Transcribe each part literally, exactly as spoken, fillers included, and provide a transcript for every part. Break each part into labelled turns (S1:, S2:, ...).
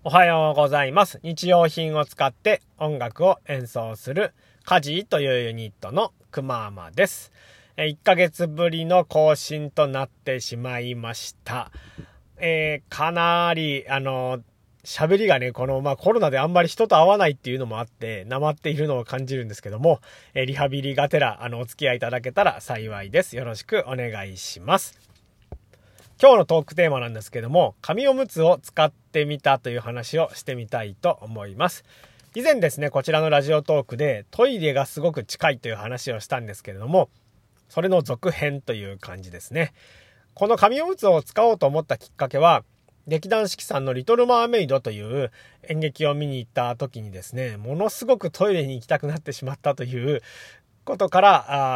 S1: おはようございます。日用品を使って音楽を演奏するカジーというユニットのくまーまです。いっかげつぶりの更新となってしまいました。えー、かなり、あの、喋りがね、この、まあ、コロナであんまり人と会わないっていうのもあって、なまっているのを感じるんですけども、えー、リハビリがてら、あの、お付き合いいただけたら幸いです。よろしくお願いします。今日のトークテーマなんですけども、紙おむつを使ってみたという話をしてみたいと思います。以前ですね、こちらのラジオトークでトイレがすごく近いという話をしたんですけれども、それの続編という感じですね。この紙おむつを使おうと思ったきっかけは、劇団四季さんのリトルマーメイドという演劇を見に行った時にですね、ものすごくトイレに行きたくなってしまったということから、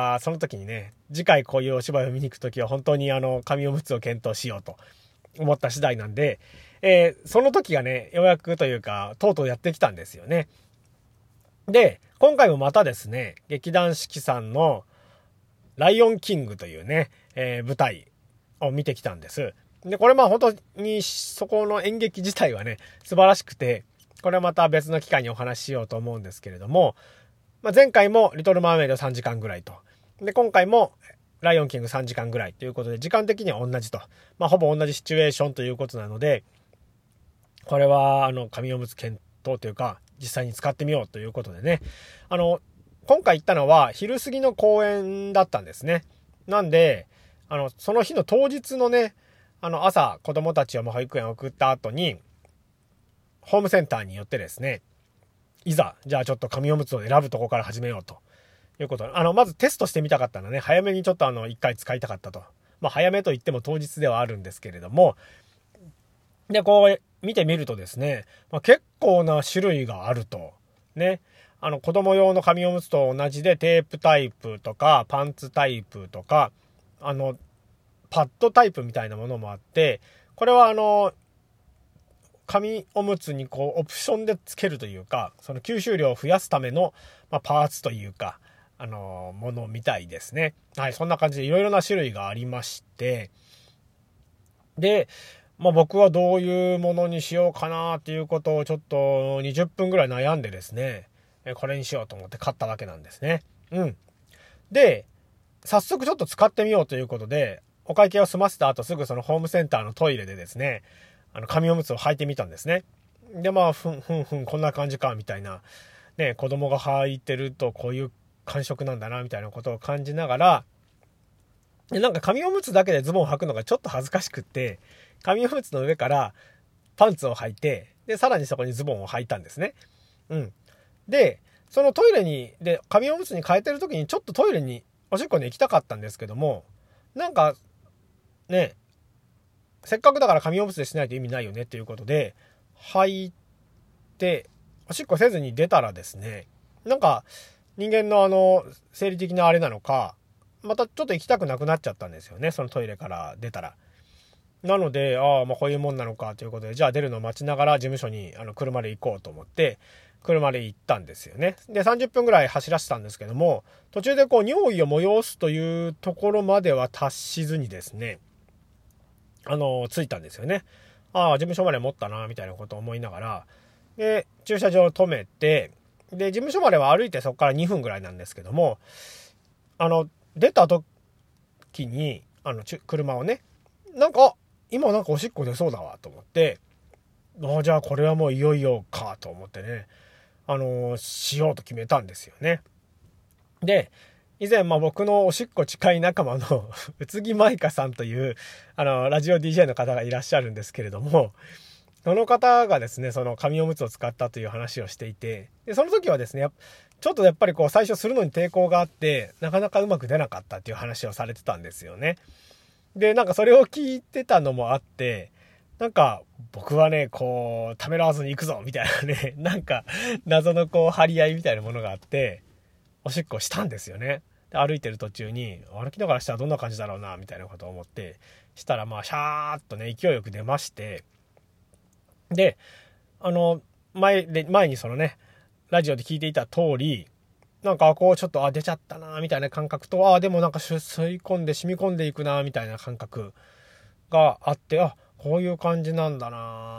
S1: あその時にね、次回こういうお芝居を見に行く時は本当にあの紙おむつを検討しようと思った次第なんで、えー、その時がね、ようやくというかとうとうやってきたんですよね。で、今回もまたですね、劇団四季さんのライオンキングというね、えー、舞台を見てきたんです。で、これまあ本当にそこの演劇自体はね、素晴らしくて、これはまた別の機会にお話ししようと思うんですけれども、まあ、前回もリトルマーメイドさんじかんぐらいと。で、今回もライオンキングさんじかんぐらいということで、時間的には同じと。まあ、ほぼ同じシチュエーションということなので、これは、あの、紙おむつ検討というか、実際に使ってみようということでね。あの、今回行ったのは昼過ぎの公演だったんですね。なんで、あの、その日の当日のね、あの、朝、子供たちを保育園送った後に、ホームセンターに寄ってですね、いざ、じゃあちょっと紙おむつを選ぶとこから始めようということ。あの、まずテストしてみたかったのね、早めにちょっとあの、一回使いたかったと。まあ、早めと言っても当日ではあるんですけれども、で、こう、見てみるとですね、まあ、結構な種類があると。ね。あの、子供用の紙おむつと同じで、テープタイプとか、パンツタイプとか、あの、パッドタイプみたいなものもあって、これはあの、紙おむつにこうオプションでつけるというか、その吸収量を増やすための、まあ、パーツというか、あのー、ものみたいですね。はい、そんな感じでいろいろな種類がありまして、で、まあ、僕はどういうものにしようかなっていうことをちょっとにじゅっぷんぐらい悩んでですね、これにしようと思って買ったわけなんですね。うん。で、早速ちょっと使ってみようということで、お会計を済ませた後すぐそのホームセンターのトイレでですね、あの紙おむつを履いてみたんですね。で、まあ、ふんふんふん、こんな感じか、みたいな。ね、子供が履いてるとこういう感触なんだな、みたいなことを感じながら、でなんか紙おむつだけでズボンを履くのがちょっと恥ずかしくって、紙おむつの上からパンツを履いて、で、さらにそこにズボンを履いたんですね。うん。で、そのトイレに、で、紙おむつに変えてる時にちょっとトイレにおしっこに行きたかったんですけども、なんか、ね、せっかくだから紙おむつでしないと意味ないよねっていうことで、履いて、おしっこせずに出たらですね、なんか人間のあの、生理的なあれなのか、またちょっと行きたくなくなっちゃったんですよね、そのトイレから出たら。なので、ああ、まあこういうもんなのかということで、じゃあ出るのを待ちながら事務所にあの車で行こうと思って、車で行ったんですよね。で、さんじゅっぷんぐらい走らせたんですけども、途中でこう尿意を催すというところまでは達しずにですね、あの、着いたんですよね。ああ、事務所まで持ったな、みたいなことを思いながら、で、駐車場を止めて、で、事務所までは歩いてそこからにふんぐらいなんですけども、あの、出た時に、あの、車をね、なんか、今なんかおしっこ出そうだわ、と思って、ああ、じゃあこれはもういよいよか、と思ってね、あの、しようと決めたんですよね。で、以前、まあ僕のおしっこ近い仲間の宇津木舞香さんという、あの、ラジオ ディージェー の方がいらっしゃるんですけれども、その方がですね、その紙おむつを使ったという話をしていて、で、その時はですね、ちょっとやっぱりこう最初するのに抵抗があって、なかなかうまく出なかったっていう話をされてたんですよね。で、なんかそれを聞いてたのもあって、なんか僕はね、こう、ためらわずに行くぞみたいなね、なんか謎のこう張り合いみたいなものがあって、おしっこしたんですよね。で歩いてる途中に歩きながらしたらどんな感じだろうなみたいなことを思ってしたら、まあシャーっとね勢いよく出まして、であの前で前にそのねラジオで聞いていた通り、なんかこうちょっとあ出ちゃったなみたいな感覚と、あでもなんか吸い込んで染み込んでいくなみたいな感覚があって、あこういう感じなんだな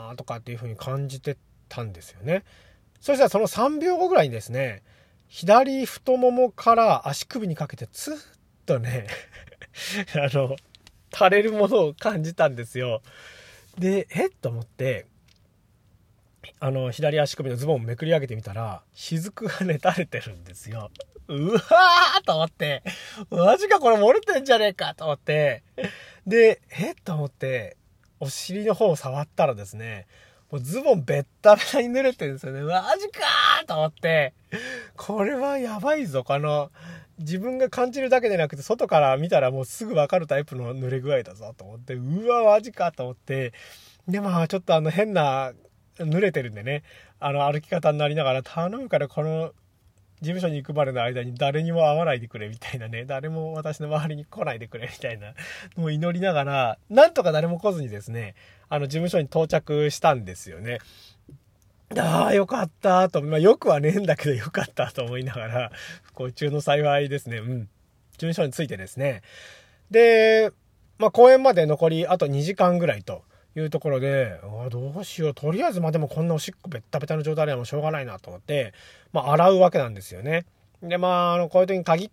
S1: なとかっていう風に感じてたんですよね。そしたらそのさんびょうごぐらいにですね、左太ももから足首にかけてツーッとねあの垂れるものを感じたんですよ。で、えっと思って、あの左足首のズボンをめくり上げてみたら、雫がね垂れてるんですよ。うわーと思って、マジかこれ漏れてんじゃねえかと思って、で、えっと思って、お尻の方を触ったらですね、もうズボンベッタベタに濡れてるんですよね。マジかーと思って、これはやばいぞ。あの、自分が感じるだけでなくて、外から見たらもうすぐわかるタイプの濡れ具合だぞと思って、うわ、マジかと思って、で、まあちょっとあの変な、濡れてるんでね、あの歩き方になりながら、頼むからこの事務所に行くまでの間に誰にも会わないでくれみたいなね、誰も私の周りに来ないでくれみたいな、もう祈りながら、なんとか誰も来ずにですね、あの事務所に到着したんですよね。ああ、よかったと、まあよくはねえんだけどよかったと思いながら、不幸中の幸いですね。うん。事務所に着いてですね。で、まあ公演まで残りあとにじかんぐらいというところで、あどうしよう。とりあえずまあでもこんなおしっこベッタベタの状態ではもうしょうがないなと思って、まあ洗うわけなんですよね。で、まあ、あの、こういう時に限って、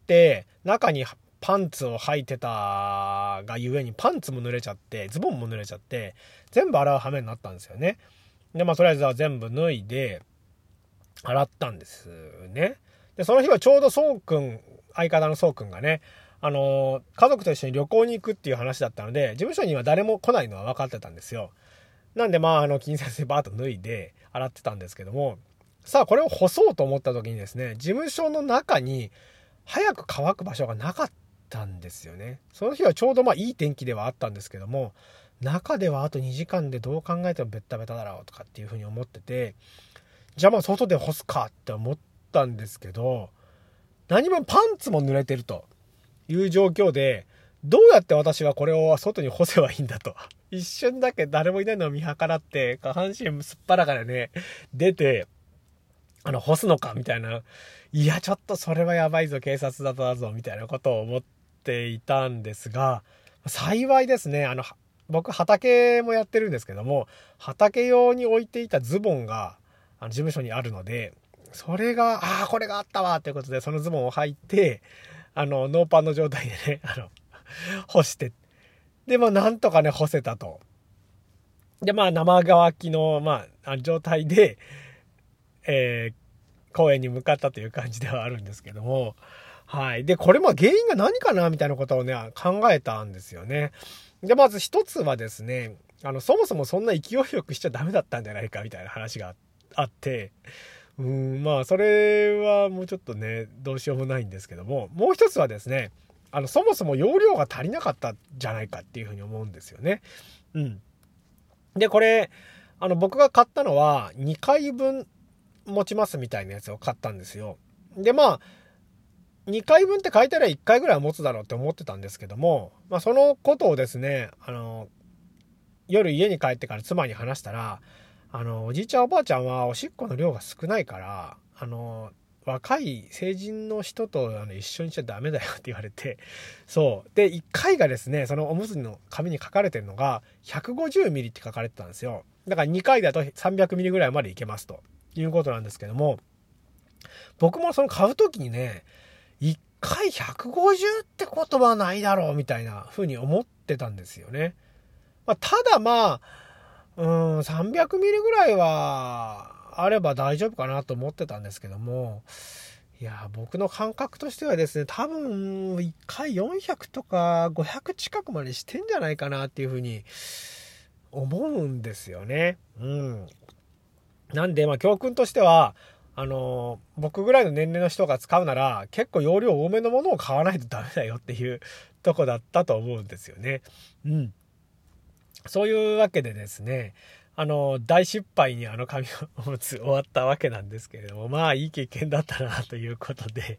S1: 中にパンツを履いてたがゆえにパンツも濡れちゃって、ズボンも濡れちゃって、全部洗う羽目になったんですよね。で、まあ、とりあえずは全部脱いで、洗ったんですね。で、その日はちょうどそうくん、相方のそうくんがね、あの、家族と一緒に旅行に行くっていう話だったので、事務所には誰も来ないのは分かってたんですよ。なんで、まあ、あの、気にせずバーッと脱いで洗ってたんですけども、さあ、これを干そうと思った時にですね、事務所の中に早く乾く場所がなかったんですよね。その日はちょうどまあいい天気ではあったんですけども、中ではあとにじかんでどう考えてもベッタベタだろうとかっていうふうに思ってて、じゃあまあ外で干すかって思ったんですけど、何もパンツも濡れてるという状況で、どうやって私はこれを外に干せばいいんだと。一瞬だけ誰もいないのを見計らって、下半身すっぱらからね、出て、あの、干すのかみたいな。いや、ちょっとそれはやばいぞ、警察だとだぞ、みたいなことを思っていたんですが、幸いですね、あの、僕畑もやってるんですけども、畑用に置いていたズボンが、あの、事務所にあるので、それが、ああ、これがあったわ、ということで、そのズボンを履いて、あの、ノーパンの状態でね、あの、干して、で、まあ、なんとかね、干せたと。で、まあ、生乾きの、まあ、状態で、えー、公園に向かったという感じではあるんですけども、はい。で、これも原因が何かなみたいなことをね、考えたんですよね。で、まず一つはですね、あの、そもそもそんな勢いよくしちゃダメだったんじゃないかみたいな話があって、うーん、まあ、それはもうちょっとね、どうしようもないんですけども、もう一つはですね、あの、そもそも容量が足りなかったんじゃないかっていうふうに思うんですよね。うん。で、これ、あの、僕が買ったのはにかいぶん持ちますみたいなやつを買ったんですよ。で、まあ、にかいぶんって書いてあればいっかいぐらいは持つだろうって思ってたんですけども、まあ、そのことをですね、あの、夜家に帰ってから妻に話したら、あの、おじいちゃんおばあちゃんはおしっこの量が少ないから、あの、若い成人の人とあの一緒にしちゃダメだよって言われて、そう。で、いっかいがですね、そのおむつの紙に書かれてるのが ひゃくごじゅうミリ って書かれてたんですよ。だからにかいだとさんびゃくミリぐらいまでいけますということなんですけども、僕もその買うときにね、いっかいひゃくごじゅうってことはないだろうみたいな風に思ってたんですよね。まあ、ただまあ、うーん、さんびゃくミリぐらいはあれば大丈夫かなと思ってたんですけども、いや、僕の感覚としてはですね、多分いっかいよんひゃくとかごひゃく近くまでしてんじゃないかなっていう風に思うんですよね。うん。なんで、まあ教訓としては、あのー、僕ぐらいの年齢の人が使うなら、結構容量多めのものを買わないとダメだよっていうとこだったと思うんですよね。うん。そういうわけでですね、あの、大失敗にあの紙おむつ終わったわけなんですけれども、まあいい経験だったなということで、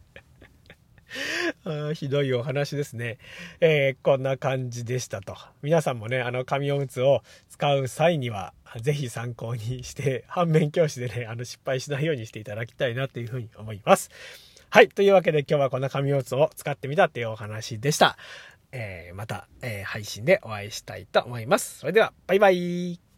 S1: あひどいお話ですね。えー、こんな感じでしたと。皆さんもね、あの紙おむつを使う際には、ぜひ参考にして、反面教師でね、あの失敗しないようにしていただきたいなというふうに思います。はい。というわけで今日はこんな紙おむつを使ってみたというお話でした。えー、また、えー、配信でお会いしたいと思います。それでは、バイバイ。